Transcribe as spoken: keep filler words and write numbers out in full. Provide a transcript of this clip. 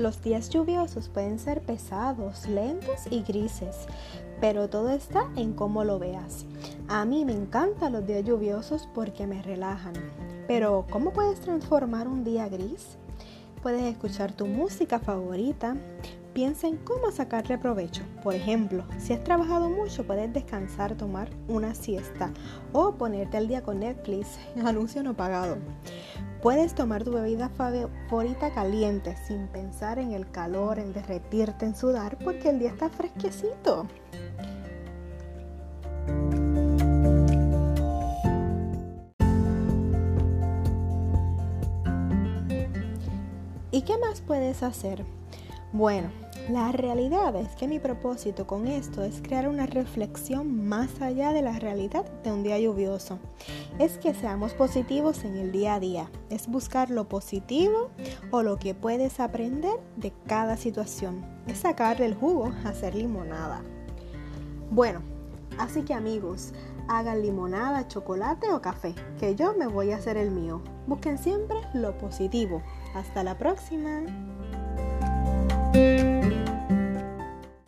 Los días lluviosos pueden ser pesados, lentos y grises, pero todo está en cómo lo veas. A mí me encantan los días lluviosos porque me relajan. Pero, ¿cómo puedes transformar un día gris? Puedes escuchar tu música favorita. Piensa en cómo sacarle provecho. Por ejemplo, si has trabajado mucho, puedes descansar, tomar una siesta o ponerte al día con Netflix, anuncio no pagado. Puedes tomar tu bebida favorita caliente sin pensar en el calor, en derretirte, en sudar, porque el día está fresquecito. ¿Y qué más puedes hacer? Bueno, la realidad es que mi propósito con esto es crear una reflexión más allá de la realidad de un día lluvioso. Es que seamos positivos en el día a día. Es buscar lo positivo o lo que puedes aprender de cada situación. Es sacarle el jugo a hacer limonada. Bueno, así que amigos, hagan limonada, chocolate o café, que yo me voy a hacer el mío. Busquen siempre lo positivo. Hasta la próxima.